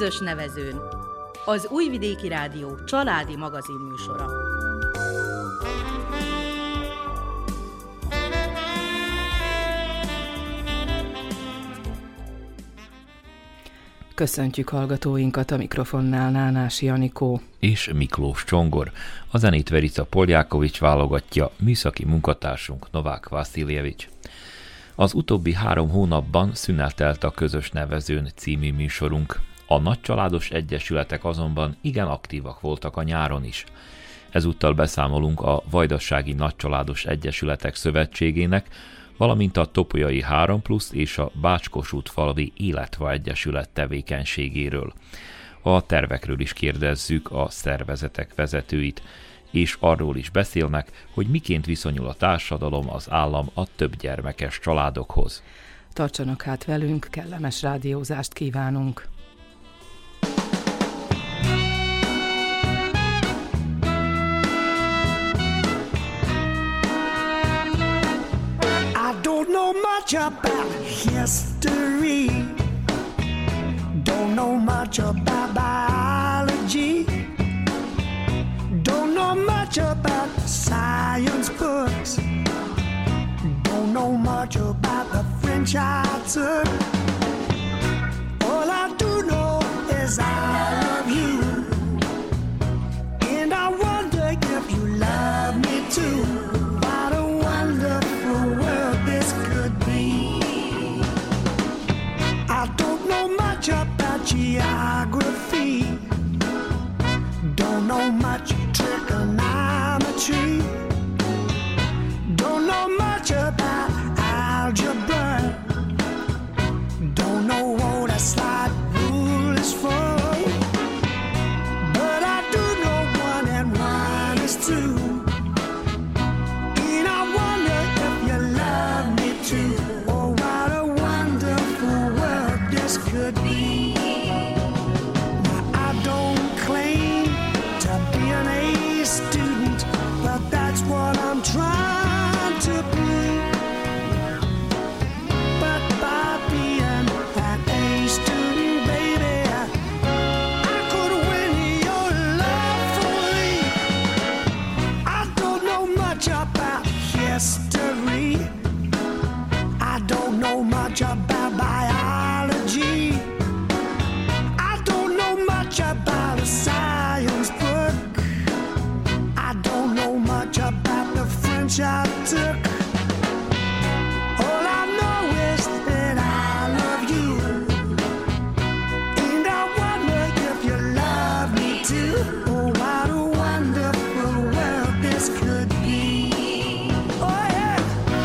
Közös nevezőn. Az Újvidéki Rádió családi magazinműsora. Köszöntjük hallgatóinkat, a mikrofonnál Nánási Anikó és Miklós Csongor. A zenét Verica Poljákovics válogatja, műszaki munkatársunk Novák Vasiljevics. Az utóbbi 3 hónapban szünetelt a Közös nevezőn című műsorunk. A nagycsaládos egyesületek azonban igen aktívak voltak a nyáron is. Ezúttal beszámolunk a Vajdasági Nagycsaládos Egyesületek Szövetségének, valamint a Topolyai 3+ és a Bács-Kossuth-falvi Életva Egyesület tevékenységéről. A tervekről is kérdezzük a szervezetek vezetőit, és arról is beszélnek, hogy miként viszonyul a társadalom, az állam a többgyermekes családokhoz. Tartsanak hát velünk, kellemes rádiózást kívánunk! Much about history, don't know much about biology, don't know much about science books, don't know much about the French I took. All I do know is I love you, and I wonder if you love me too. What a wonderful world this could be. I don't know much about geography, don't know much trigonometry, don't know much about algebra, don't know what a slide rule is for, but I do know 1 and 1 is 2. Could be. Now, I don't claim to be an A student, but that's what I'm trying to be. But by being an A student, baby, I could win your love fully. I don't know much about history, I don't know much about biology, I don't know much about a science book, I don't know much about the French I took. All I know is that I love you, and I wonder if you love me too. Oh, what a wonderful world this could be. Oh yeah.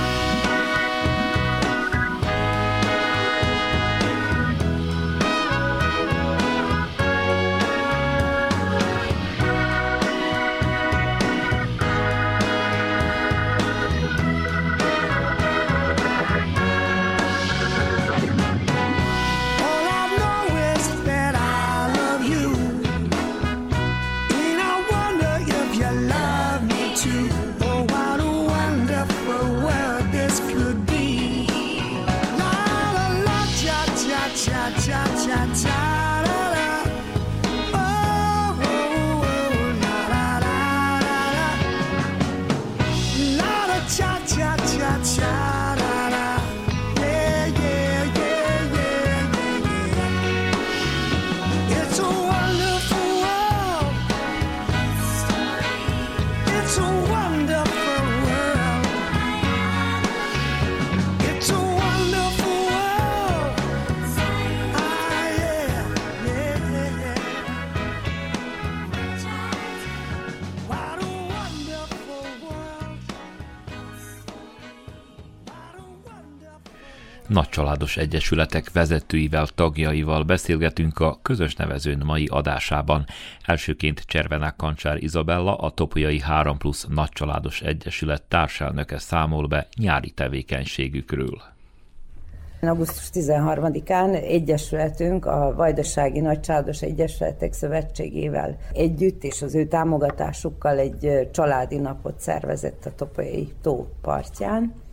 Nagycsaládos egyesületek vezetőivel, tagjaival beszélgetünk a Közös nevezőn mai adásában. Elsőként Cservenák Kancsár Izabella, a Topolyai 3+ Nagycsaládos Egyesület társelnöke számol be nyári tevékenységükről. Augusztus 13-án egyesületünk a Vajdasági Nagycsaládos Egyesületek Szövetségével együtt és az ő támogatásukkal egy családi napot szervezett a Topolyai tó partján.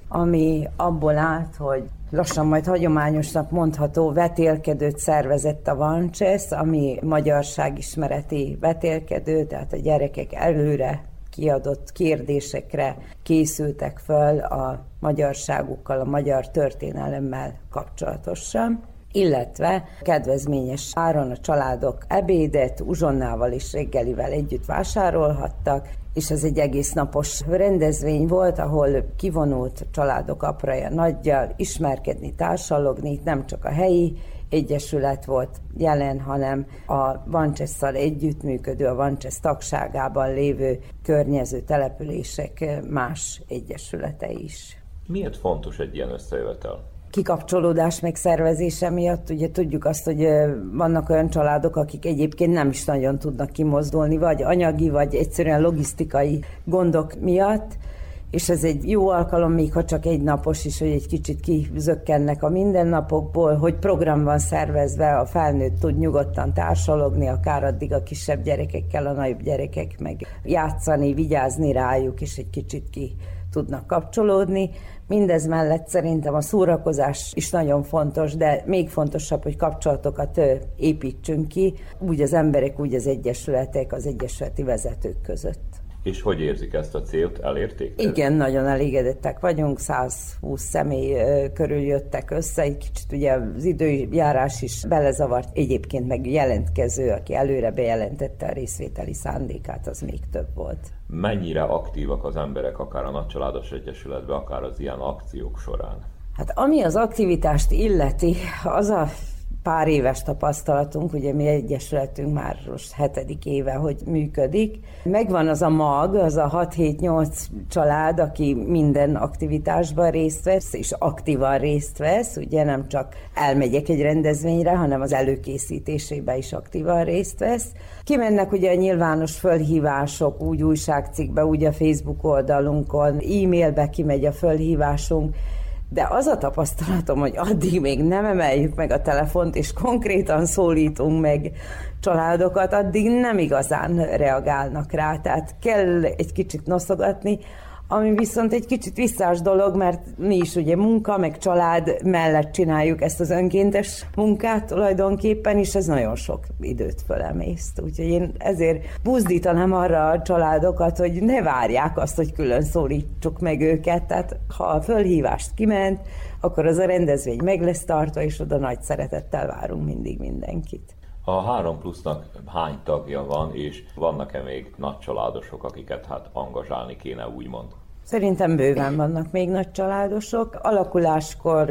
ami abból állt, hogy lassan majd hagyományosnak mondható vetélkedőt szervezett a Vancsesz, ami magyarságismereti vetélkedő, tehát a gyerekek előre kiadott kérdésekre készültek föl a magyarságukkal, a magyar történelemmel kapcsolatosan, illetve kedvezményes áron a családok ebédet, uzsonnával és reggelivel együtt vásárolhattak, és ez egy egész napos rendezvény volt, ahol kivonult a családok apraja nagyjal ismerkedni, társalogni, itt nem csak a helyi egyesület volt jelen, hanem a Vancseszszal együttműködő, a Vancsesz tagságában lévő környező települések más egyesületei is. Miért fontos egy ilyen összejövetel? Kikapcsolódás megszervezése miatt, ugye tudjuk azt, hogy vannak olyan családok, akik egyébként nem is nagyon tudnak kimozdulni, vagy anyagi, vagy egyszerűen logisztikai gondok miatt, és ez egy jó alkalom, még ha csak egy napos is, hogy egy kicsit kizökkennek a mindennapokból, hogy program van szervezve, a felnőtt tud nyugodtan társalogni, akár addig a kisebb gyerekekkel, a nagyobb gyerekek meg játszani, vigyázni rájuk, és egy kicsit ki tudnak kapcsolódni. Mindez mellett szerintem a szórakozás is nagyon fontos, de még fontosabb, hogy kapcsolatokat építsünk ki, úgy az emberek, úgy az egyesületek, az egyesületi vezetők között. És hogy érzik ezt a célt? Elérték? Igen, nagyon elégedettek vagyunk, 120 személy körül jöttek össze, egy kicsit ugye az időjárás is belezavart, egyébként meg jelentkező, aki előre bejelentette a részvételi szándékát, az még több volt. Mennyire aktívak az emberek, akár a Nagycsaládos Egyesületben, akár az ilyen akciók során? Hát ami az aktivitást illeti, az a pár éves tapasztalatunk, ugye mi egyesületünk már most 7. éve, hogy működik. Megvan az a mag, az a 6-7-8 család, aki minden aktivitásban részt vesz, és aktívan részt vesz, ugye nem csak elmegyek egy rendezvényre, hanem az előkészítésében is aktívan részt vesz. Kimennek ugye a nyilvános fölhívások, úgy újságcikkbe, úgy a Facebook oldalunkon, e-mailbe kimegy a fölhívásunk, de az a tapasztalatom, hogy addig még nem emeljük meg a telefont, és konkrétan szólítunk meg családokat, addig nem igazán reagálnak rá. Tehát kell egy kicsit noszogatni, ami viszont egy kicsit visszás dolog, mert mi is ugye munka, meg család mellett csináljuk ezt az önkéntes munkát tulajdonképpen, és ez nagyon sok időt fölemészt. Úgyhogy én ezért buzdítanám arra a családokat, hogy ne várják azt, hogy külön szólítsuk meg őket. Tehát ha a fölhívást kiment, akkor az a rendezvény meg lesz tartva, és oda nagy szeretettel várunk mindig mindenkit. A 3+-nak hány tagja van, és vannak-e még nagy családosok, akiket angazsálni kéne, úgymond? Szerintem bőven vannak még nagy családosok. Alakuláskor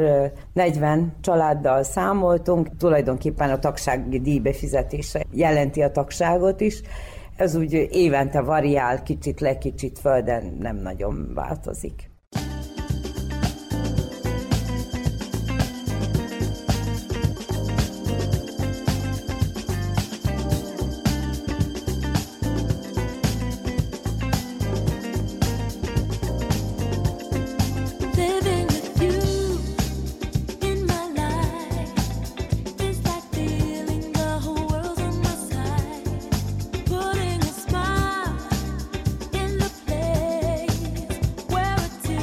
40 családdal számoltunk, tulajdonképpen a tagsági díj befizetése jelenti a tagságot is. Ez úgy évente variál, kicsit le, kicsit föl, de nem nagyon változik. Putting a smile in the place where a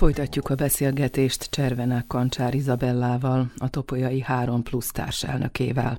Folytatjuk a beszélgetést Cservenák Kancsár Izabellával, a Topolyai 3+ társelnökével.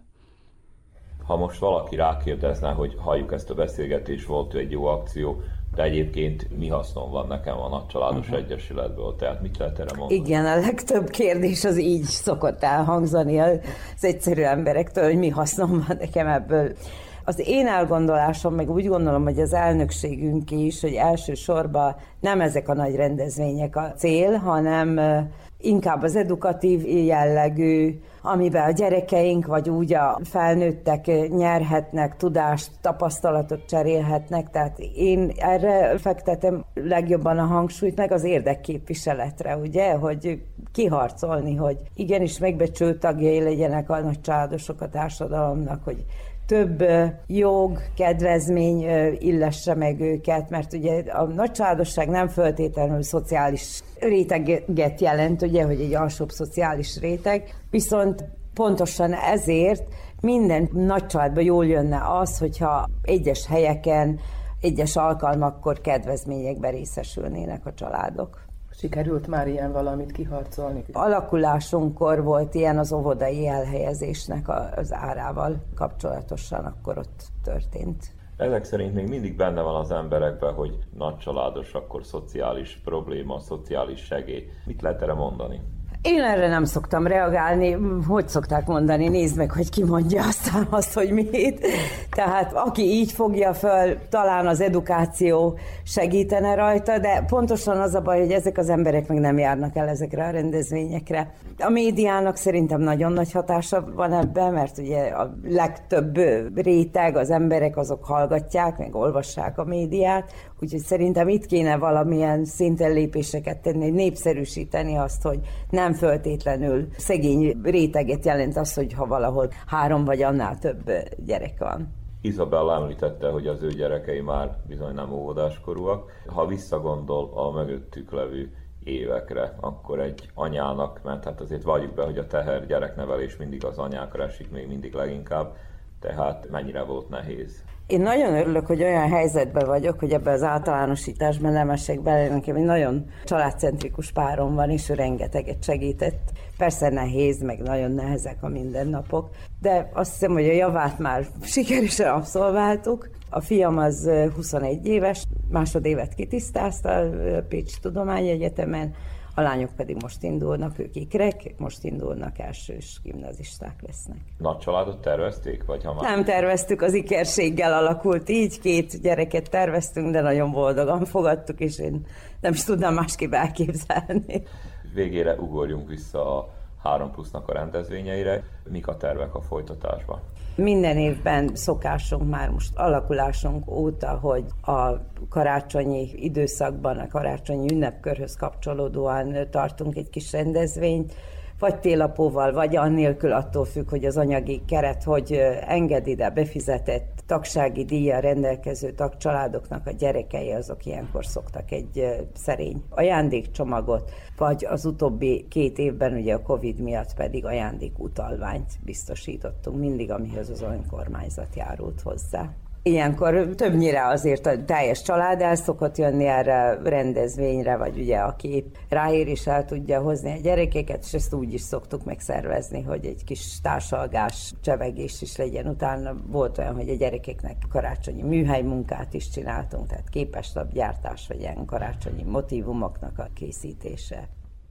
Ha most valaki rákérdezne, hogy halljuk ezt a beszélgetést, volt egy jó akció, de egyébként mi hasznom van nekem a Nagycsaládos Egyesületből? Tehát mit lehet erre mondani? Igen, a legtöbb kérdés az így szokott elhangzani az egyszerű emberektől, hogy mi hasznom van nekem ebből. Az én elgondolásom, meg úgy gondolom, hogy az elnökségünk is, hogy elsősorban nem ezek a nagy rendezvények a cél, hanem inkább az edukatív jellegű, amiben a gyerekeink, vagy úgy a felnőttek nyerhetnek tudást, tapasztalatot cserélhetnek, tehát én erre fektetem legjobban a hangsúlyt, meg az érdekképviseletre, ugye, hogy kiharcolni, hogy igenis megbecsült tagjai legyenek a nagycsaládosok a társadalomnak, hogy több jog, kedvezmény illesse meg őket, mert ugye a nagycsaládosság nem feltétlenül szociális réteget jelent, ugye, hogy egy alsóbb szociális réteg, viszont pontosan ezért minden nagycsaládban jól jönne az, hogyha egyes helyeken, egyes alkalmakkor kedvezményekben részesülnének a családok. Sikerült már ilyen valamit kiharcolni? Alakulásunkkor volt ilyen az óvodai elhelyezésnek az árával kapcsolatosan, akkor ott történt. Ezek szerint még mindig benne van az emberekben, hogy nagycsaládos, akkor szociális probléma, szociális segély. Mit lehet erre mondani? Én erre nem szoktam reagálni, hogy szokták mondani, nézd meg, hogy ki mondja aztán azt, hogy mit. Tehát aki így fogja föl, talán az edukáció segítene rajta, de pontosan az a baj, hogy ezek az emberek meg nem járnak el ezekre a rendezvényekre. A médiának szerintem nagyon nagy hatása van ebben, mert ugye a legtöbb réteg, az emberek azok hallgatják, meg olvassák a médiát, úgyhogy szerintem itt kéne valamilyen szinten lépéseket tenni, népszerűsíteni azt, hogy nem föltétlenül szegény réteget jelent az, hogy ha valahol 3 vagy annál több gyerek van. Izabella említette, hogy az ő gyerekei már bizony nem óvodáskorúak. Ha visszagondol a mögöttük levő évekre, akkor egy anyának, mert hát azért valljuk be, hogy a teher gyereknevelés mindig az anyákra esik, még mindig leginkább, tehát mennyire volt nehéz. Én nagyon örülök, hogy olyan helyzetben vagyok, hogy ebben az általánosításban nem esek bele, nekem egy nagyon családcentrikus párom van, és ő rengeteget segített. Persze nehéz, meg nagyon nehezek a mindennapok, de azt hiszem, hogy a javát már sikeresen abszolváltuk. A fiam az 21 éves, másodévet kitisztázta a Pécsi Tudományegyetemen, a lányok pedig most indulnak, ők ikrek, most indulnak, elsős gimnazisták lesznek. Nagy családot tervezték? Vagy ha már... Nem terveztük, az ikerséggel alakult így, 2 gyereket terveztünk, de nagyon boldogan fogadtuk, és én nem is tudnám másképp elképzelni. Végére ugorjunk vissza a 3+-nak a rendezvényeire. Mik a tervek a folytatásban? Minden évben szokásunk már most alakulásunk óta, hogy a karácsonyi időszakban, a karácsonyi ünnepkörhöz kapcsolódóan tartunk egy kis rendezvényt, vagy télapóval, vagy annélkül, attól függ, hogy az anyagi keret, hogy enged ide befizetett tagsági díjjal rendelkező tagcsaládoknak a gyerekei, azok ilyenkor szoktak egy szerény ajándékcsomagot, vagy az utóbbi 2 évben ugye a Covid miatt pedig ajándékutalványt biztosítottunk mindig, amihez az önkormányzat járult hozzá. Ilyenkor többnyire azért a teljes család el szokott jönni erre a rendezvényre, vagy ugye aki ráér is el tudja hozni a gyerekeket, és ezt úgy is szoktuk megszervezni, hogy egy kis társalgás, csevegés is legyen. Utána volt olyan, hogy a gyerekeknek karácsonyi műhelymunkát is csináltunk, tehát képeslapgyártás, vagy ilyen karácsonyi motívumoknak a készítése.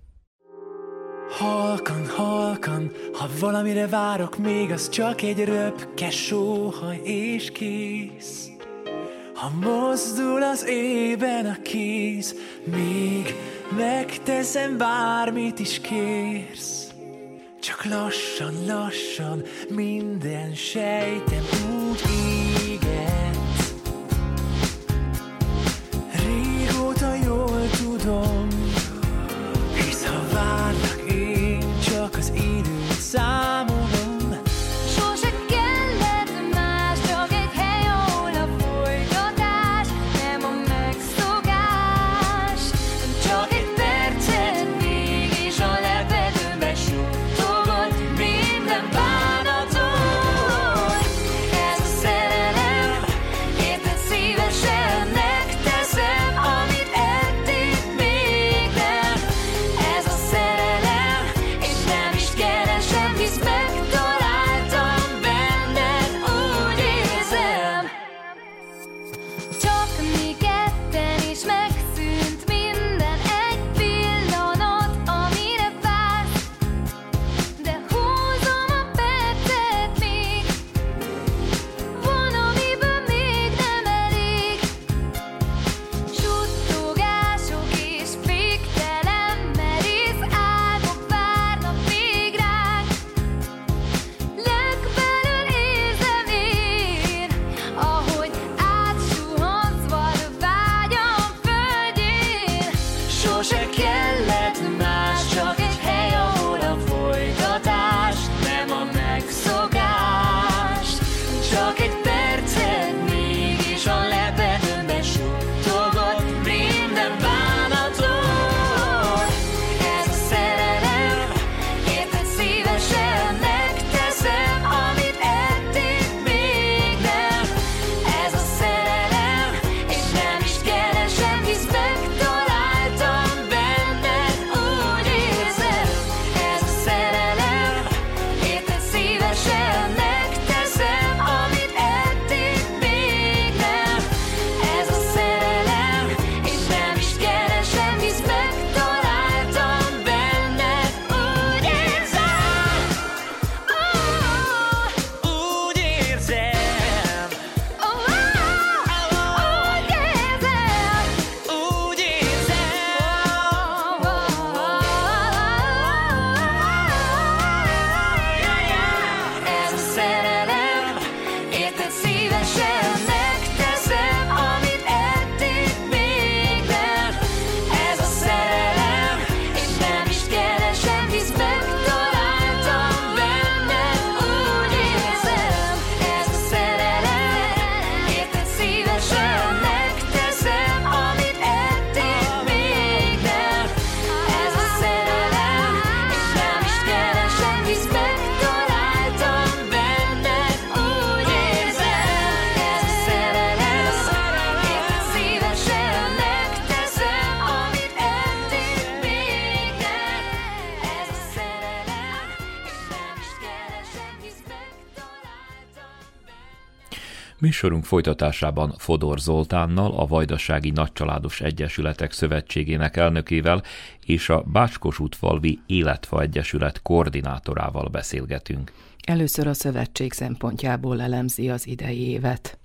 Halkan, halkan, ha valamire várok, még az csak egy röpke sóhaj és kész. Ha mozdul az ében a kéz, még megteszem, bármit is kérsz. Csak lassan, lassan minden sejtem úgy éget. Régóta jól tudom, hisz ha várlak, én csak az időt számolom. Sose kellett más, csak egy hely, ahol a folytatás, nem a megszokás. Csak egy percet mégis a levegőben suttogott minden bánatot. Ez a szerelem, érted, szívesen megteszem, amit eddig még Műsorunk folytatásában Fodor Zoltánnal, a Vajdasági Nagycsaládos Egyesületek Szövetségének elnökével és a Bács-Kossuthfalvi Életfa Egyesület koordinátorával beszélgetünk. Először a szövetség szempontjából elemzi az idei évet.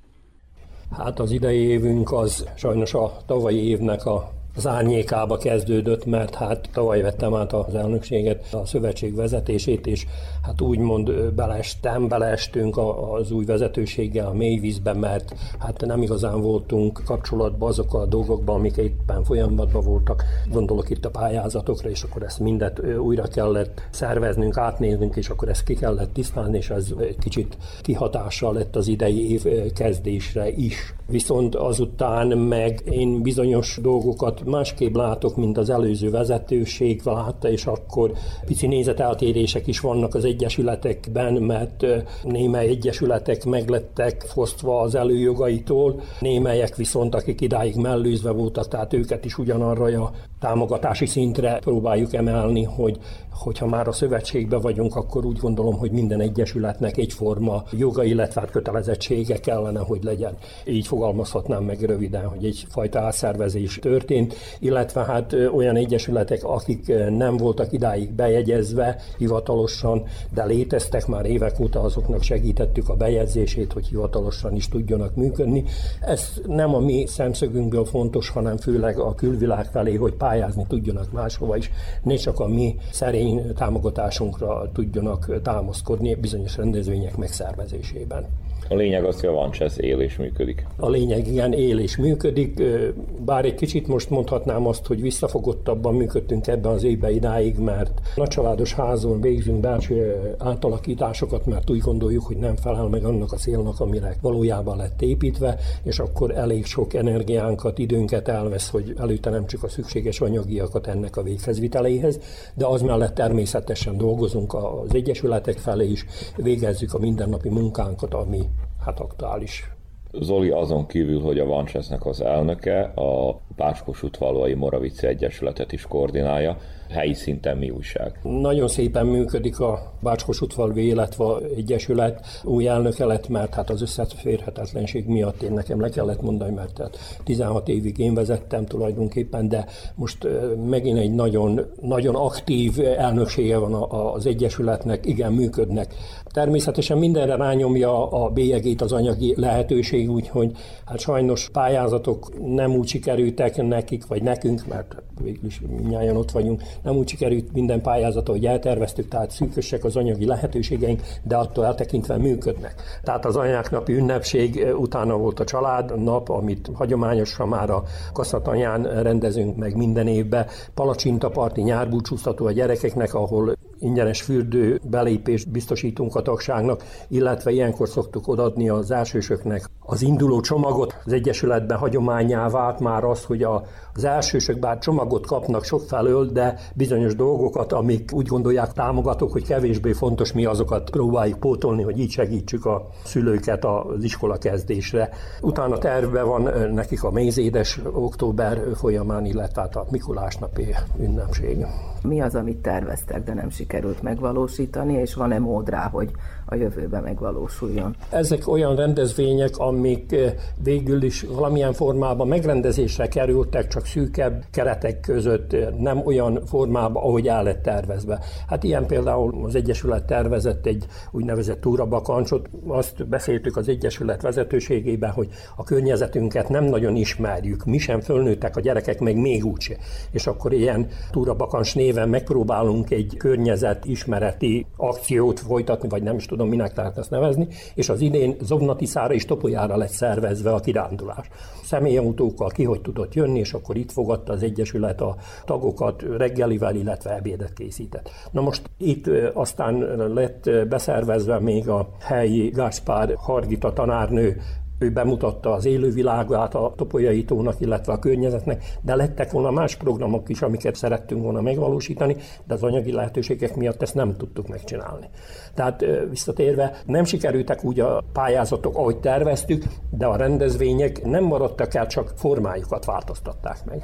Hát az idei évünk az sajnos a tavalyi évnek az árnyékába kezdődött, mert hát tavaly vettem át az elnökséget, a szövetség vezetését, és hát úgymond beleestünk az új vezetőséggel a mélyvízbe, mert hát nem igazán voltunk kapcsolatban azokkal a dolgokban, amik éppen folyamatban voltak. Gondolok itt a pályázatokra, és akkor ezt mindet újra kellett szerveznünk, átnéznünk, és akkor ezt ki kellett tisztázni, és ez egy kicsit kihatással lett az idei év kezdésre is. Viszont azután meg én bizonyos dolgokat másképp látok, mint az előző vezetőség látta, és akkor pici nézeteltérések is vannak az egyesületekben, mert némely egyesületek meglettek fosztva az előjogaitól, némelyek viszont, akik idáig mellőzve voltak, tehát őket is ugyanarra a támogatási szintre próbáljuk emelni, hogyha már a szövetségben vagyunk, akkor úgy gondolom, hogy minden egyesületnek egyforma joga, illetve kötelezettsége kellene, hogy legyen. Így fogalmazhatnám meg röviden, hogy egyfajta átszervezés történt, illetve hát olyan egyesületek, akik nem voltak idáig bejegyezve hivatalosan, de léteztek már évek óta, azoknak segítettük a bejegyzését, hogy hivatalosan is tudjanak működni. Ez nem a mi szemszögünkből fontos, hanem főleg a külvilág felé, hogy pályázni tudjanak máshova is, ne csak a mi szerény támogatásunkra tudjanak támaszkodni bizonyos rendezvények megszervezésében. A lényeg az, hogy a Vancsesz él és működik. A lényeg igen, él és működik, bár egy kicsit most mondhatnám azt, hogy visszafogottabban működtünk ebben az évben idáig, mert nagycsaládos házon végzünk belső átalakításokat, mert úgy gondoljuk, hogy nem felel meg annak a célnak, amire valójában lett építve, és akkor elég sok energiánkat, időnket elvesz, hogy előteremtsük a szükséges anyagiakat ennek a véghezviteléhez, de az mellett természetesen dolgozunk az egyesületek felé is, végezzük a mindennapi munkánkat, ami hát aktuális. Zoli azon kívül, hogy a Vancsesznek az elnöke, a Bács-Kossuthfalvai Moravici Egyesületet is koordinálja. Helyi szinten mi újság? Nagyon szépen működik a Bács-Kossuthfalvi Életfa Egyesület. Új elnöke lett, mert hát az összeférhetetlenség miatt én nekem le kellett mondani, mert 16 évig én vezettem tulajdonképpen, de most megint egy nagyon, nagyon aktív elnöksége van az Egyesületnek, igen, működnek. Természetesen mindenre rányomja a bélyegét az anyagi lehetőség, úgyhogy hát sajnos pályázatok nem úgy sikerültek nekik, vagy nekünk, mert végül is mindnyájan ott vagyunk, nem úgy sikerült minden pályázat, ahogy elterveztük, tehát szűkösek az anyagi lehetőségeink, de attól eltekintve működnek. Tehát az anyáknapi ünnepség utána volt a családnap, amit hagyományosan már a Kaszatanyán rendezünk meg minden évben, palacsintaparti, nyárbúcsúztató a gyerekeknek, ahol ingyenes fürdő belépést biztosítunk a tagságnak, illetve ilyenkor szoktuk odaadni az elsősöknek az induló csomagot. Az Egyesületben hagyománnyá vált már az, hogy az elsősök bár csomagot kapnak sokfelől, de bizonyos dolgokat, amik úgy gondolják támogatók, hogy kevésbé fontos, mi azokat próbáljuk pótolni, hogy így segítsük a szülőket az iskola kezdésre. Utána tervben van nekik a mézédes október folyamán, illetve a Mikulásnapi ünnepség. Mi az, amit terveztek, de nem sikerült megvalósítani, és van-e mód rá, hogy a jövőben megvalósuljon? Ezek olyan rendezvények, amik végül is valamilyen formában megrendezésre kerültek, csak szűkebb keretek között, nem olyan formában, ahogy el lett tervezve. Hát ilyen például az Egyesület tervezett egy úgynevezett túrabakancsot, azt beszéltük az Egyesület vezetőségében, hogy a környezetünket nem nagyon ismerjük, mi sem fölnőttek, a gyerekek meg még úgyse. És akkor ilyen túrabakancs néven megpróbálunk egy környezetismereti akciót folytatni, vagy nem is tudom, minek lehet ezt nevezni, és az idén Zobnatiszára és Topolyára lett szervezve a kirándulás. Személyautókkal ki hogy tudott jönni, és akkor itt fogadta az Egyesület a tagokat reggelivel, illetve ebédet készített. Na most itt aztán lett beszervezve még a helyi Gáspár Hargita tanárnő, ő bemutatta az élővilágát a Topolyai tónak, illetve a környezetnek, de lettek volna más programok is, amiket szerettünk volna megvalósítani, de az anyagi lehetőségek miatt ezt nem tudtuk megcsinálni. Tehát visszatérve, nem sikerültek úgy a pályázatok, ahogy terveztük, de a rendezvények nem maradtak el, csak formájukat változtatták meg.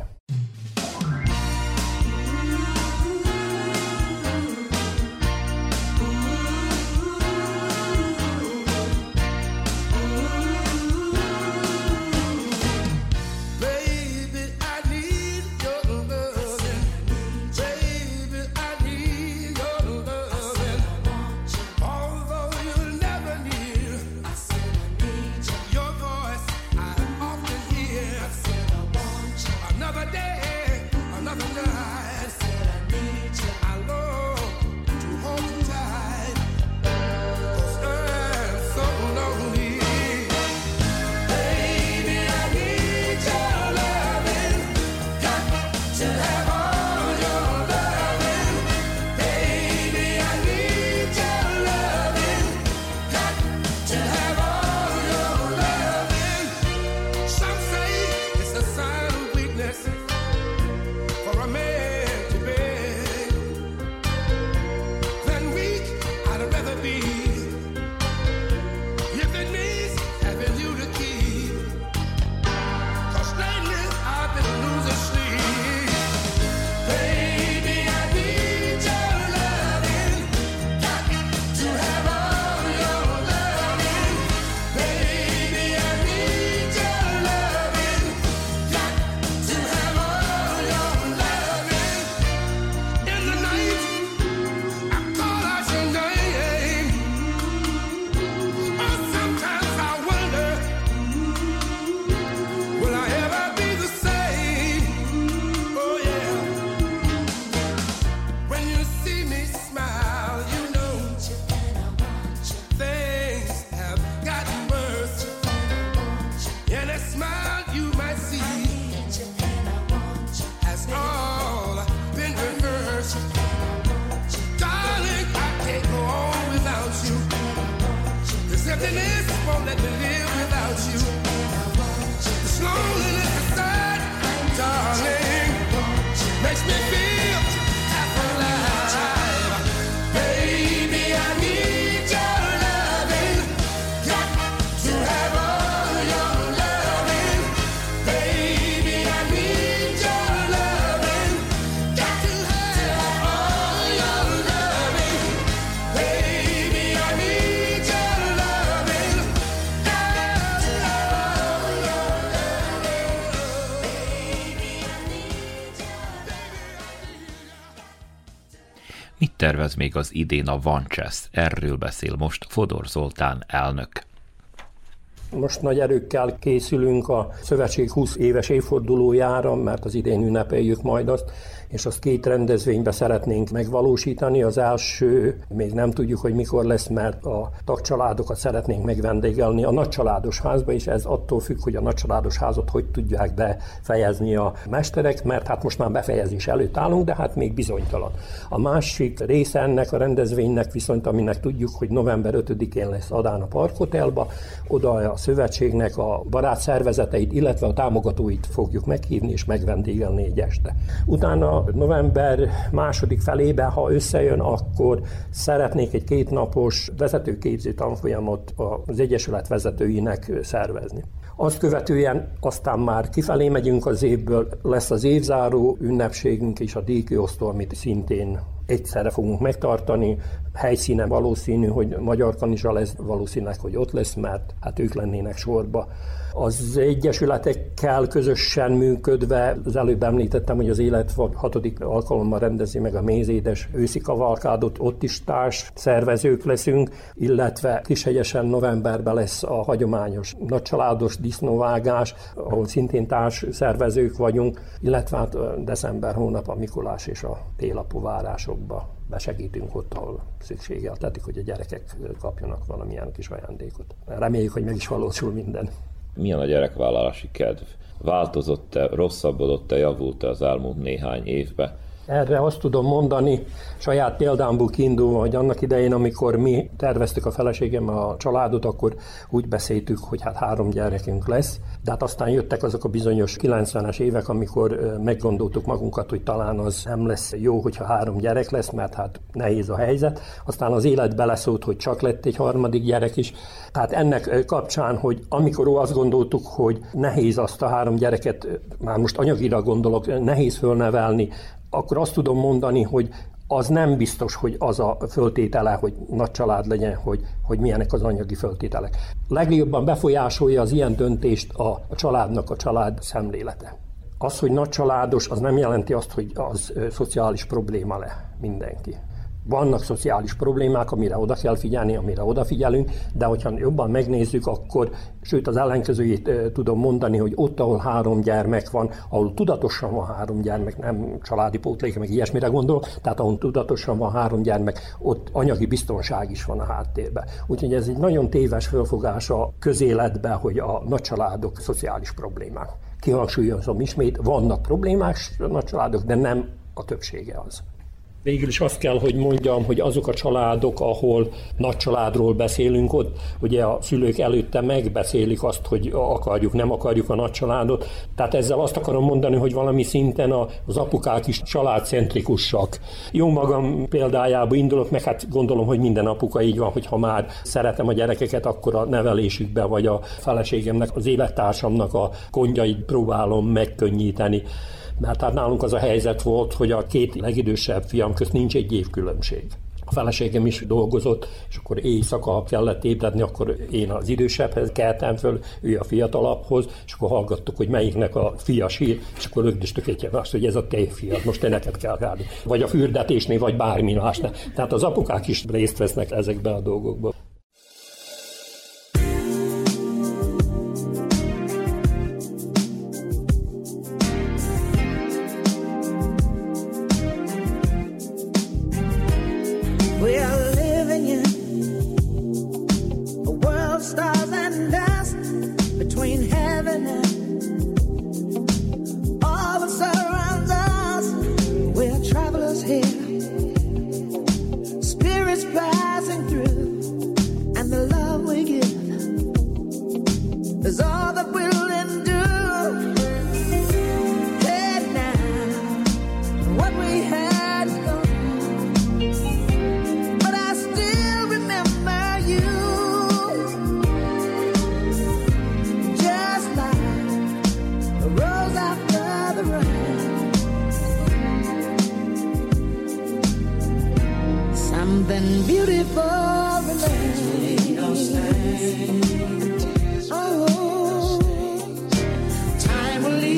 Mit tervez még az idén a Vancsesz? Erről beszél most Fodor Zoltán elnök. Most nagy erőkkel készülünk a szövetség 20 éves évfordulójára, mert az idén ünnepeljük majd azt, és azt 2 rendezvénybe szeretnénk megvalósítani. Az első, még nem tudjuk, hogy mikor lesz, mert a tagcsaládokat szeretnénk megvendégelni a nagycsaládos házba, és ez attól függ, hogy a nagycsaládos házat hogy tudják befejezni a mesterek, mert hát most már befejezés előtt állunk, de hát még bizonytalan. A másik része ennek a rendezvénynek viszont, aminek tudjuk, hogy november 5-én lesz Adán a Parkhotelba, oda a szövetségnek a barátszervezeteit, illetve a támogatóit fogjuk meghívni és megvendégelni egy este. Utána november második felében, ha összejön, akkor szeretnék egy 2 napos vezetőképző tanfolyamot az Egyesület vezetőinek szervezni. Azt követően aztán már kifelé megyünk az évből, lesz az évzáró ünnepségünk és a díjkiosztó, amit szintén egyszerre fogunk megtartani. Helyszínen valószínű, hogy Magyar Kanizsa lesz, valószínűleg, hogy ott lesz, mert hát ők lennének sorba. Az egyesületekkel közösen működve, az előbb említettem, hogy az Élet 6. alkalommal rendezi meg a Mézédes őszi kavalkádot, ott is társ szervezők leszünk, illetve Kishegyesen novemberben lesz a hagyományos nagycsaládos disznóvágás, ahol szintén társ szervezők vagyunk, illetve hát december hónap a Mikulás és a télapú várásokba besegítünk ott, ahol szükséggel tetik, hogy a gyerekek kapjanak valamilyen kis ajándékot. Reméljük, hogy meg is valósul minden. Milyen a gyerekvállalási kedv? Változott-e, rosszabbodott-e, javult-e az elmúlt néhány évben? Erre azt tudom mondani, saját példámból kiindulva, hogy annak idején, amikor mi terveztük a feleségemmel a családot, akkor úgy beszéltük, hogy hát 3 gyerekünk lesz, de hát aztán jöttek azok a bizonyos 90-es évek, amikor meggondoltuk magunkat, hogy talán az nem lesz jó, hogyha 3 gyerek lesz, mert hát nehéz a helyzet. Aztán az élet beleszólt, hogy csak lett egy 3. gyerek is. Tehát ennek kapcsán, hogy amikor azt gondoltuk, hogy nehéz azt a 3 gyereket, már most anyagira gondolok, nehéz fölnevelni, akkor azt tudom mondani, hogy az nem biztos, hogy az a föltétele, hogy nagy család legyen, hogy milyenek az anyagi föltételek. Legjobban befolyásolja az ilyen döntést a családnak a család szemlélete. Az, hogy nagy családos, az nem jelenti azt, hogy az szociális probléma le mindenki. Vannak szociális problémák, amire oda kell figyelni, amire odafigyelünk, de hogyha jobban megnézzük, akkor, sőt az ellenkezőjét tudom mondani, hogy ott, ahol 3 gyermek van, ahol tudatosan van 3 gyermek, nem családi pótlék, meg ilyesmire gondolok, tehát ahol tudatosan van 3 gyermek, ott anyagi biztonság is van a háttérben. Úgyhogy ez egy nagyon téves felfogás a közéletben, hogy a nagycsaládok szociális problémák. Kihangsúlyozom ismét, vannak problémás nagycsaládok, de nem a többsége az. Végül is azt kell, hogy mondjam, hogy azok a családok, ahol nagy családról beszélünk, ott ugye a szülők előtte megbeszélik azt, hogy akarjuk, nem akarjuk a nagy családot. Tehát ezzel azt akarom mondani, hogy valami szinten az apukák is családcentrikusak. Jó magam példájából indulok, meg hát gondolom, hogy minden apuka így van, hogy ha már szeretem a gyerekeket, akkor a nevelésükbe, vagy a feleségemnek, az élettársamnak a gondjait próbálom megkönnyíteni. Mert hát nálunk az a helyzet volt, hogy a 2 legidősebb fiam közt nincs egy évkülönbség. A feleségem is dolgozott, és akkor éjszaka kellett ébredni, akkor én az idősebbhez keltem föl, ő a fiatalabbhoz, és akkor hallgattuk, hogy melyiknek a fia sír, és akkor rögdöstök egy azt, hogy ez a te fiad, most te neked kell rádi. Vagy a fürdetésnél, vagy bármi másnál. Tehát az apukák is részt vesznek ezekben a dolgokban.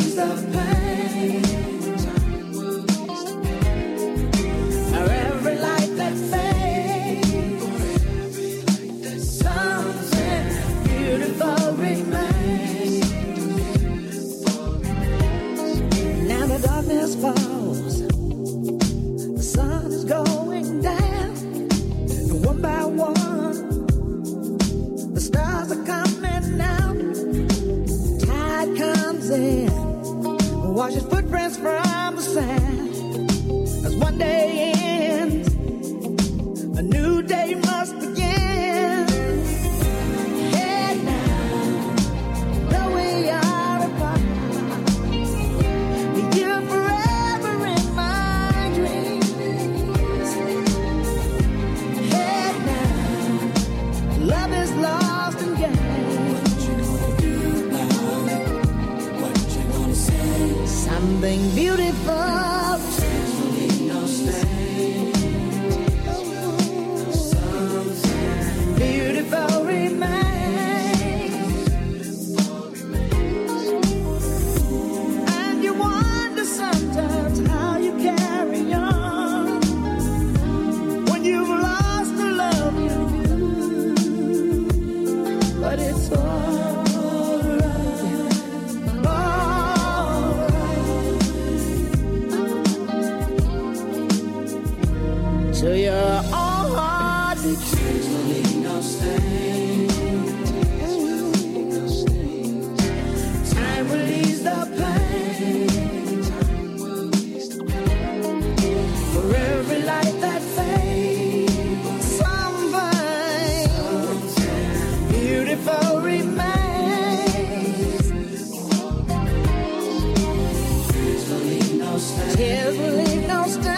Every life to your own heart. Tears will leave no stain. Time will ease the pain. For every light that fades, something beautiful remains. Tears will leave no stain. Tears will leave no stain.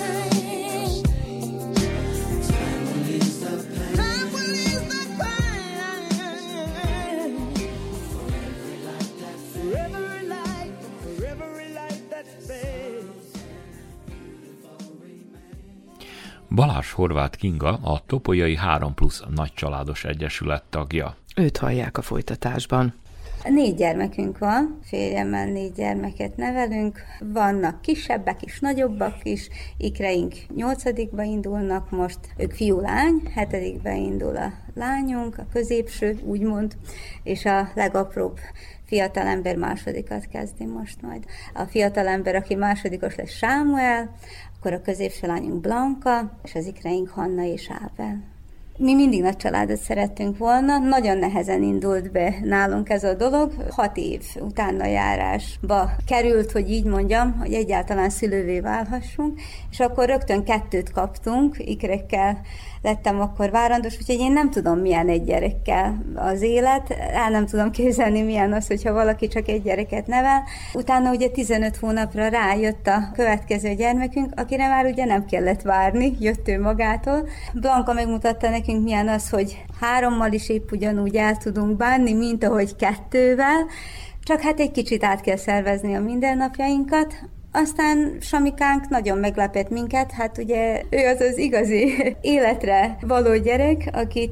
Balázs Horváth Kinga a Topolyai 3+ Nagycsaládos Egyesület tagja. Őt hallják a folytatásban. 4 gyermekünk van, férjemmel 4 gyermeket nevelünk, vannak kisebbek is, nagyobbak is, ikreink 8-ba indulnak most, ők fiú-lány, 7-be indul a lányunk, a középső, úgymond, és a legapróbb fiatalember 2-at kezdi most majd. A fiatalember, aki 2-os lesz, Sámuel, akkor a középső lányunk Blanka, és az ikreink Hanna és Ábel. Mi mindig nagy családot szerettünk volna, nagyon nehezen indult be nálunk ez a dolog. 6 év utána járásba került, hogy így mondjam, hogy egyáltalán szülővé válhassunk, és akkor rögtön 2 kaptunk, ikrekkel lettem akkor várandós, úgyhogy én nem tudom, milyen egy gyerekkel az élet, el nem tudom képzelni, milyen az, hogyha valaki csak egy gyereket nevel. Utána ugye 15 hónapra rájött a következő gyermekünk, akire már ugye nem kellett várni, jött ő magától. Blanka megmutatta nekünk, milyen az, hogy 3-mal is épp ugyanúgy el tudunk bánni, mint ahogy 2-vel, csak hát egy kicsit át kell szervezni a mindennapjainkat. Aztán Samikánk nagyon meglepett minket, hát ugye ő az az igazi életre való gyerek, aki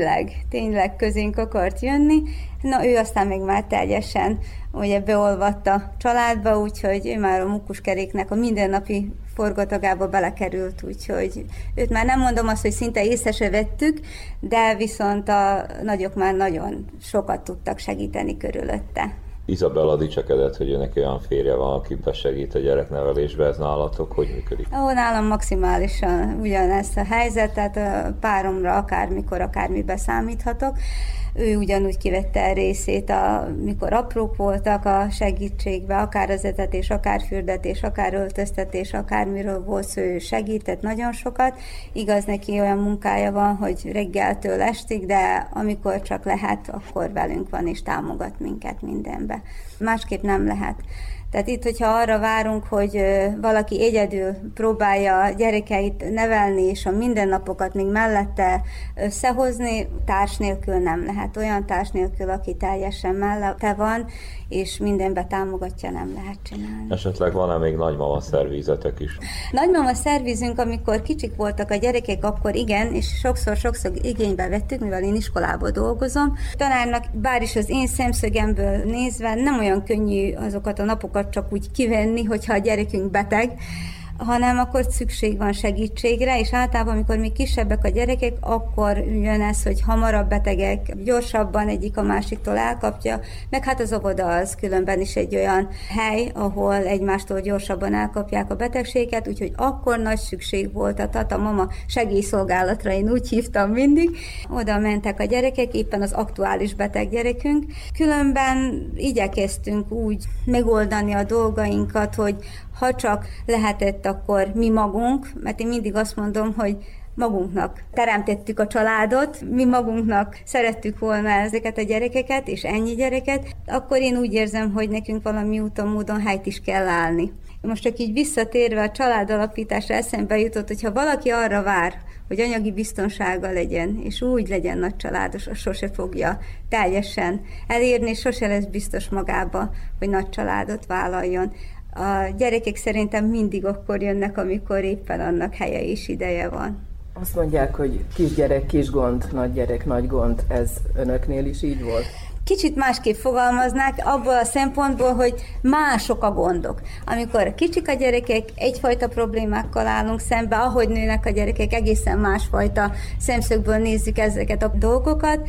tényleg közénk akart jönni. Na, ő aztán még már teljesen ugye beolvadt a családba, úgyhogy ő már a mukuskeréknek a mindennapi forgatagába belekerült, úgyhogy őt már nem mondom azt, hogy szinte észre se vettük, de viszont a nagyok már nagyon sokat tudtak segíteni körülötte. Izabella dicsekedett, hogy őnek olyan férje van, aki besegít a gyereknevelésbe, ez nálatok hogy működik? Nálam maximálisan ugyanezt a helyzet, tehát a páromra akármikor, akármibe számíthatok. Ő ugyanúgy kivette el részét, amikor aprók voltak a segítségbe, akár az etetés, akár fürdetés, akár öltöztetés, akármiről volt szó, ő segített nagyon sokat. Igaz, neki olyan munkája van, hogy reggeltől estig, de amikor csak lehet, akkor velünk van és támogat minket mindenbe. Másképp nem lehet. Tehát itt, hogyha arra várunk, hogy valaki egyedül próbálja a gyerekeit nevelni, és a mindennapokat még mellette összehozni, társ nélkül nem lehet. Olyan társ nélkül, aki teljesen mellette van, és mindenbe támogatja, nem lehet csinálni. Esetleg van-e még nagymama szervizetek is? Nagymama szervizünk, amikor kicsik voltak a gyerekek, akkor igen, és sokszor igénybe vettük, mivel én iskolából dolgozom. Tanárnak, bár is az én szemszögemből nézve, nem olyan könnyű azokat a napokat csak úgy kivenni, hogyha a gyerekünk beteg, hanem akkor szükség van segítségre, és általában, amikor még kisebbek a gyerekek, akkor jön ez, hogy hamarabb betegek, gyorsabban egyik a másiktól elkapja, meg hát az óvoda az különben is egy olyan hely, ahol egymástól gyorsabban elkapják a betegséget, úgyhogy akkor nagy szükség volt a tata-mama segélyszolgálatra, én úgy hívtam mindig. Oda mentek a gyerekek, éppen az aktuális beteg gyerekünk. Különben igyekeztünk úgy megoldani a dolgainkat, hogy ha csak lehetett, akkor mi magunk, mert én mindig azt mondom, hogy magunknak teremtettük a családot, mi magunknak szerettük volna ezeket a gyerekeket, és ennyi gyereket, akkor én úgy érzem, hogy nekünk valami úton, módon helyt is kell állni. Most csak így visszatérve a családalapításra eszembe jutott, hogyha valaki arra vár, hogy anyagi biztonsága legyen, és úgy legyen nagy családos, az sose fogja teljesen elérni, és sose lesz biztos magába, hogy nagy családot vállaljon. A gyerekek szerintem mindig akkor jönnek, amikor éppen annak helye és ideje van. Azt mondják, hogy kisgyerek, kis gond, nagygyerek, nagy gond. Ez önöknél is így volt? Kicsit másképp fogalmaznák, abból a szempontból, hogy mások a gondok. Amikor kicsik a gyerekek, egyfajta problémákkal állunk szembe, ahogy nőnek a gyerekek, egészen másfajta szemszögből nézzük ezeket a dolgokat.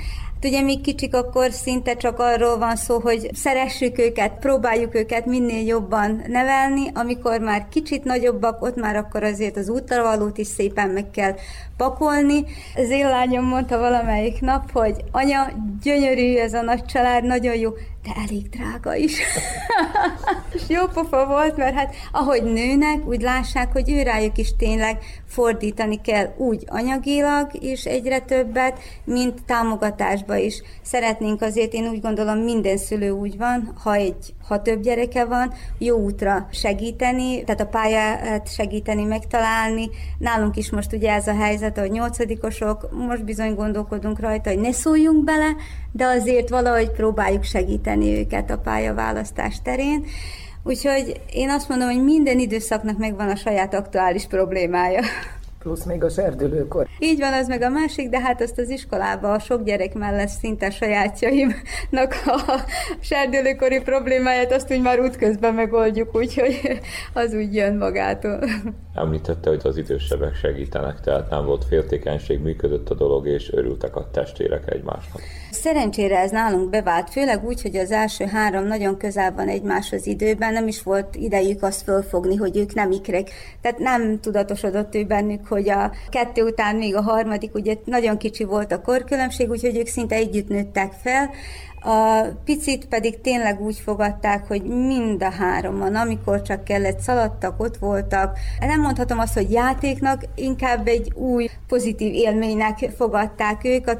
Ugye még kicsik, akkor szinte csak arról van szó, hogy szeressük őket, próbáljuk őket minél jobban nevelni, amikor már kicsit nagyobbak, ott már akkor azért az útravalót is szépen meg kell pakolni. Az én lányom mondta valamelyik nap, hogy anya, gyönyörű ez a nagy család, nagyon jó, de elég drága is. És jó pofa volt, mert hát ahogy nőnek, úgy lássák, hogy őrájuk is tényleg fordítani kell úgy anyagilag is egyre többet, mint támogatásba is. Szeretnénk azért, én úgy gondolom, minden szülő úgy van, ha több gyereke van, jó útra segíteni, tehát a pályát segíteni, megtalálni. Nálunk is most ugye ez a helyzet, hogy 8-osok, most bizony gondolkodunk rajta, hogy ne szóljunk bele, de azért valahogy próbáljuk segíteni őket a pályaválasztás terén. Úgyhogy én azt mondom, hogy minden időszaknak megvan a saját aktuális problémája. Plusz még a serdülőkor. Így van, az meg a másik, de hát azt az iskolában a sok gyerek mellett szinte sajátjaimnak a serdülőkori problémáját azt úgy már útközben megoldjuk, úgyhogy az úgy jön magától. Említette, hogy az idősebbek segítenek, tehát nem volt féltékenység, működött a dolog, és örültek a testvérek egymásnak. Szerencsére ez nálunk bevált, főleg úgy, hogy az első 3 nagyon közel van egymáshoz időben, nem is volt idejük azt fölfogni, hogy ők nem ikrek. Tehát nem tudatosodott ő bennük, hogy a 2 után még a 3, ugye nagyon kicsi volt a korkülönbség, úgyhogy ők szinte együtt nőttek fel. A picit pedig tényleg úgy fogadták, hogy mind a 3-an, amikor csak kellett, szaladtak, ott voltak. Nem mondhatom azt, hogy játéknak, inkább egy új pozitív élménynek fogadták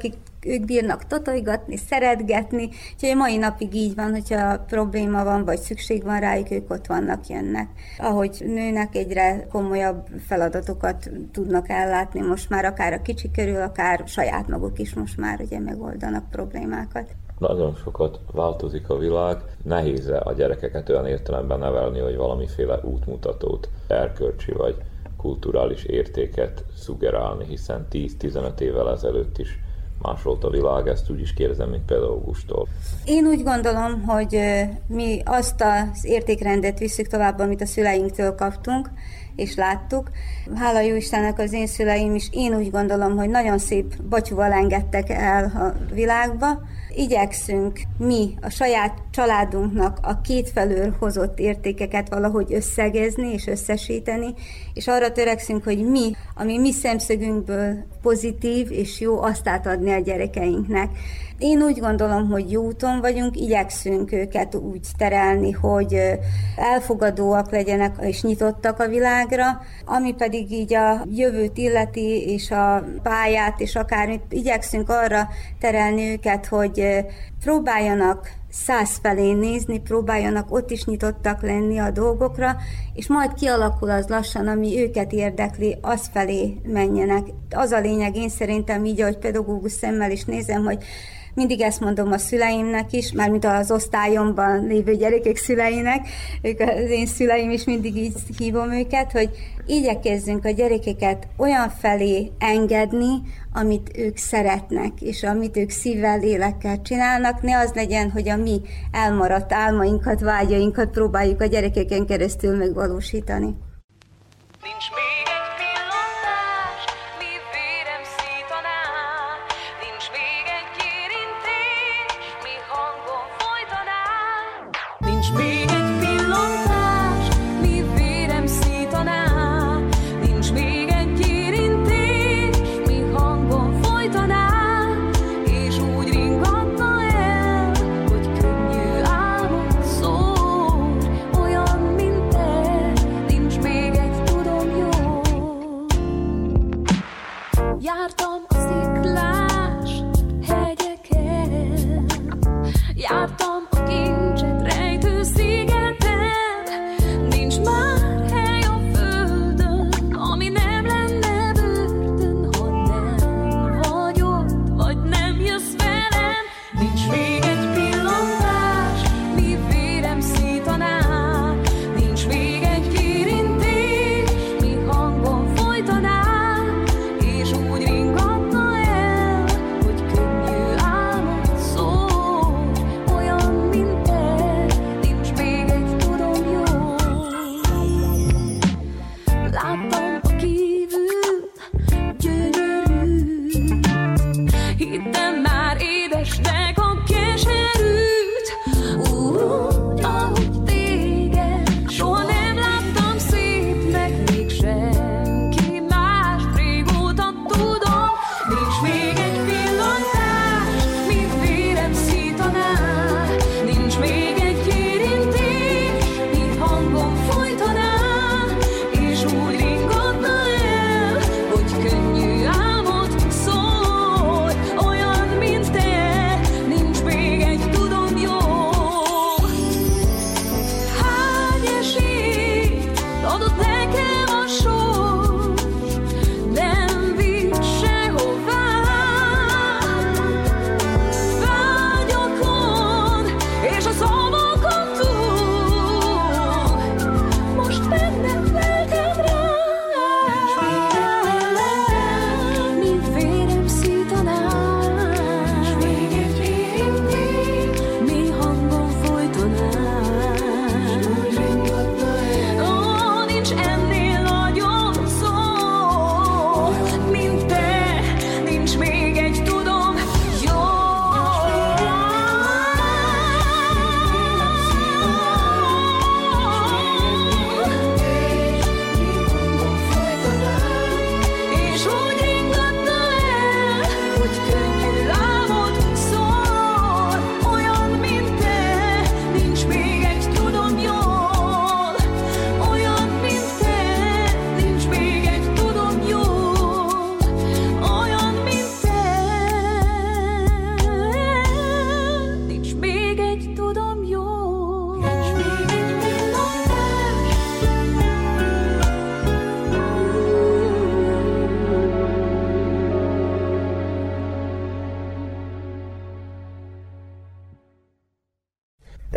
ők bírnak totolygatni, szeretgetni, úgyhogy a mai napig így van, hogyha probléma van, vagy szükség van rájuk, ők ott vannak, jönnek. Ahogy nőnek, egyre komolyabb feladatokat tudnak ellátni most már, akár a kicsi körül, akár saját maguk is most már ugye megoldanak problémákat. Nagyon sokat változik a világ, nehéz a gyerekeket olyan értelemben nevelni, hogy valamiféle útmutatót, erkölcsi vagy kulturális értéket szuggerálni, hiszen 10-15 évvel ezelőtt is más volt a világ, ezt úgy is kérdezem, mint pedagógustól. Én úgy gondolom, hogy mi azt az értékrendet visszük tovább, amit a szüleinktől kaptunk, és láttuk. Hála jó Istennek az én szüleim is, én úgy gondolom, hogy nagyon szép batyúval engedtek el a világba. Igyekszünk mi a saját családunknak a kétfelől hozott értékeket valahogy összegezni és összesíteni, és arra törekszünk, hogy mi, ami mi szemszögünkből pozitív és jó, azt átadni a gyerekeinknek. Én úgy gondolom, hogy jó úton vagyunk, igyekszünk őket úgy terelni, hogy elfogadóak legyenek és nyitottak a világra, ami pedig így a jövőt illeti, és a pályát, és akármit, igyekszünk arra terelni őket, hogy próbáljanak 100 felé nézni, próbáljanak ott is nyitottak lenni a dolgokra, és majd kialakul az lassan, ami őket érdekli, az felé menjenek. Az a lényeg, én szerintem így, ahogy pedagógus szemmel is nézem, hogy mindig ezt mondom a szüleimnek is, mármint az osztályomban lévő gyerekek szüleinek, ők az én szüleim is mindig így hívom őket, hogy igyekezzünk a gyerekeket olyan felé engedni, amit ők szeretnek, és amit ők szívvel, lélekkel csinálnak, ne az legyen, hogy a mi elmaradt álmainkat, vágyainkat próbáljuk a gyerekeken keresztül megvalósítani. Nincs még egy pillantás, mi vérem szítaná, nincs még egy érintés, mi hangon folytaná. Nincs még egy pillantás, mi vérem szítaná, nincs még egy érintés, mi hangon folytaná, és úgy ringatna el, hogy könnyű álmot szól, olyan, mint te, nincs még egy tudom jó. Jártam a sziklás hegyeken, jártam a kincset rejtő szigeten, nincs már hely a földön, ami nem lenne börtön, ha nem vagy ott, vagy nem jössz velem. Nincs még egy pillantás, mi vérem szítaná, nincs még egy érintés, mi hangon folytaná, és úgy ringatna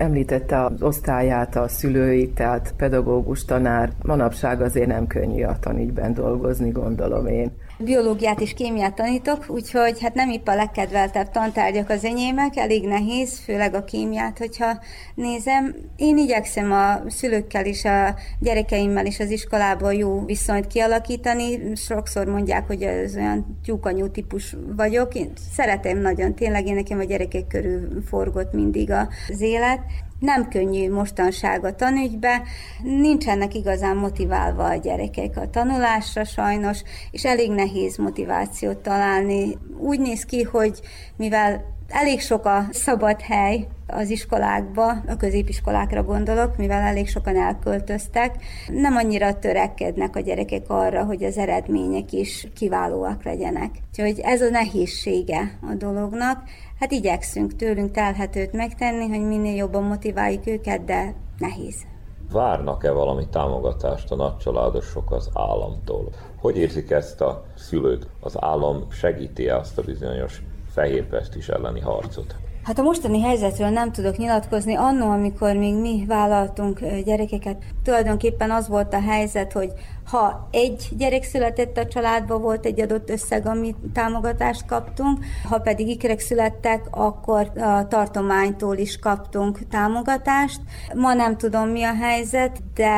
Említette az osztályát, a szülőit, tehát pedagógus, tanár. Manapság azért nem könnyű a tanügyben dolgozni, gondolom én. Biológiát és kémiát tanítok, úgyhogy hát nem épp a legkedveltebb tantárgyak az enyémek, elég nehéz, főleg a kémiát, hogyha nézem. Én igyekszem a szülőkkel is, a gyerekeimmel is az iskolában jó viszonyt kialakítani. Sokszor mondják, hogy ez olyan tyúkanyú típus vagyok. Én szeretem nagyon, tényleg én nekem a gyerekek körül forgott mindig az élet. Nem könnyű mostanság a tanügybe, nincsenek igazán motiválva a gyerekek a tanulásra sajnos, és elég nehéz motivációt találni. Úgy néz ki, hogy mivel elég sok a szabad hely az iskolákba, a középiskolákra gondolok, mivel elég sokan elköltöztek, nem annyira törekednek a gyerekek arra, hogy az eredmények is kiválóak legyenek. Úgyhogy ez a nehézsége a dolognak. Hát igyekszünk tőlünk telhetőt megtenni, hogy minél jobban motiváljuk őket, de nehéz. Várnak-e valami támogatást a nagycsaládosok az államtól? Hogy érzik ezt a szülők? Az állam segíti-e azt a bizonyos fehérpestis elleni harcot? Hát a mostani helyzetről nem tudok nyilatkozni. Annó, amikor még mi vállaltunk gyerekeket, tulajdonképpen az volt a helyzet, hogy ha egy gyerek született a családba, volt egy adott összeg, amit támogatást kaptunk, ha pedig ikrek születtek, akkor a tartománytól is kaptunk támogatást. Ma nem tudom, mi a helyzet, de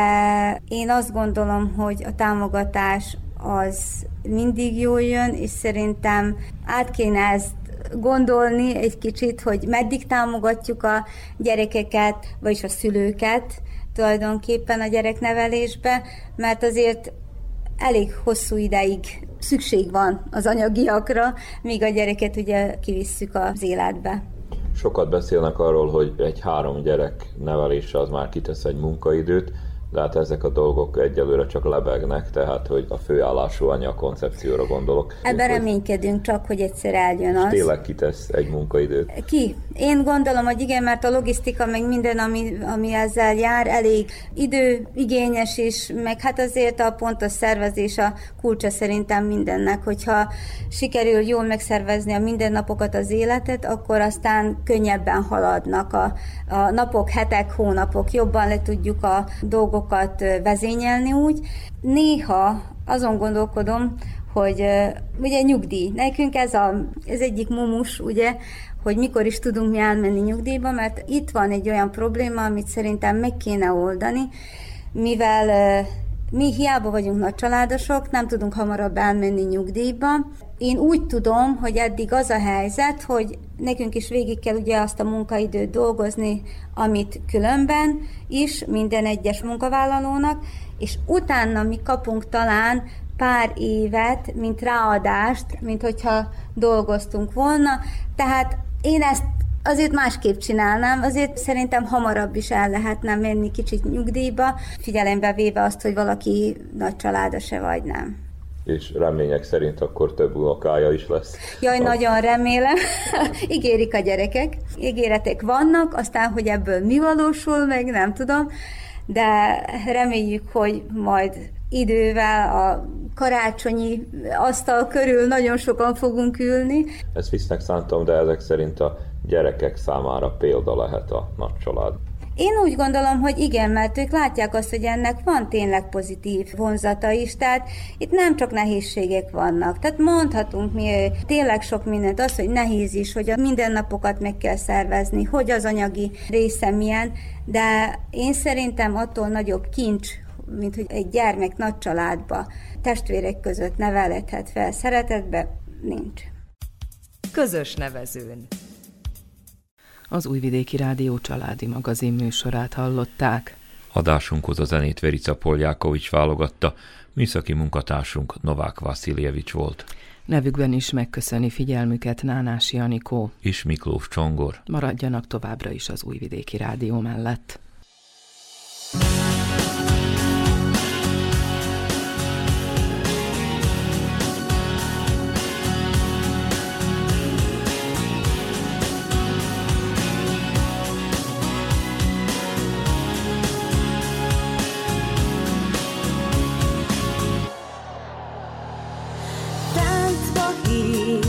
én azt gondolom, hogy a támogatás az mindig jól jön, és szerintem át kéne ezt gondolni egy kicsit, hogy meddig támogatjuk a gyerekeket, vagyis a szülőket tulajdonképpen a gyereknevelésbe, mert azért elég hosszú ideig szükség van az anyagiakra, míg a gyereket ugye kivisszük az életbe. Sokat beszélnek arról, hogy egy 3 gyerek nevelése az már kitesz egy munkaidőt, de hát ezek a dolgok egyelőre csak lebegnek, tehát hogy a főállású anya koncepcióra gondolok. Ebben reménykedünk csak, hogy egyszer eljön az. Tényleg kitesz egy munkaidőt? Ki? Én gondolom, hogy igen, mert a logisztika, meg minden, ami ezzel jár, elég időigényes is, meg hát azért a pontos szervezés a kulcsa szerintem mindennek, hogyha sikerül jól megszervezni a mindennapokat, az életet, akkor aztán könnyebben haladnak a napok, hetek, hónapok, jobban le tudjuk a dolgokat vezényelni úgy. Néha azon gondolkodom, hogy ugye nyugdíj. Nekünk ez egyik mumus, ugye, hogy mikor is tudunk mi elmenni nyugdíjba, mert itt van egy olyan probléma, amit szerintem meg kéne oldani, mivel mi hiába vagyunk nagy családosok, nem tudunk hamarabb elmenni nyugdíjba. Én úgy tudom, hogy eddig az a helyzet, hogy nekünk is végig kell ugye azt a munkaidőt dolgozni, amit különben is minden egyes munkavállalónak, és utána mi kapunk talán pár évet, mint ráadást, mint hogyha dolgoztunk volna. Tehát én ezt azért másképp csinálnám, azért szerintem hamarabb is el lehetne menni kicsit nyugdíjba, figyelembe véve azt, hogy valaki nagy családos-e vagy nem. És remények szerint akkor több unokája is lesz. Jaj, nagyon remélem. Ígérik a gyerekek. Ígéretek vannak, aztán, hogy ebből mi valósul meg, nem tudom, de reméljük, hogy majd idővel a karácsonyi asztal körül nagyon sokan fogunk ülni. Ezt visznek szántam, de ezek szerint a gyerekek számára példa lehet a nagy család. Én úgy gondolom, hogy igen, mert ők látják azt, hogy ennek van tényleg pozitív vonzata is, tehát itt nem csak nehézségek vannak. Tehát mondhatunk mi tényleg sok mindent, az, hogy nehéz is, hogy a mindennapokat meg kell szervezni, hogy az anyagi része milyen, de én szerintem attól nagyobb kincs, mint hogy egy gyermek nagy családba, testvérek között neveledhet fel szeretetbe, nincs. Közös nevezőn. Az Újvidéki Rádió családi magazin műsorát hallották. Adásunkhoz a zenét Verica Poljákovics válogatta, műszaki munkatársunk Novák Vasiljevics volt. Nevükben is megköszöni figyelmüket Nánási Anikó és Miklós Csongor. Maradjanak továbbra is az Újvidéki Rádió mellett. Táncba hív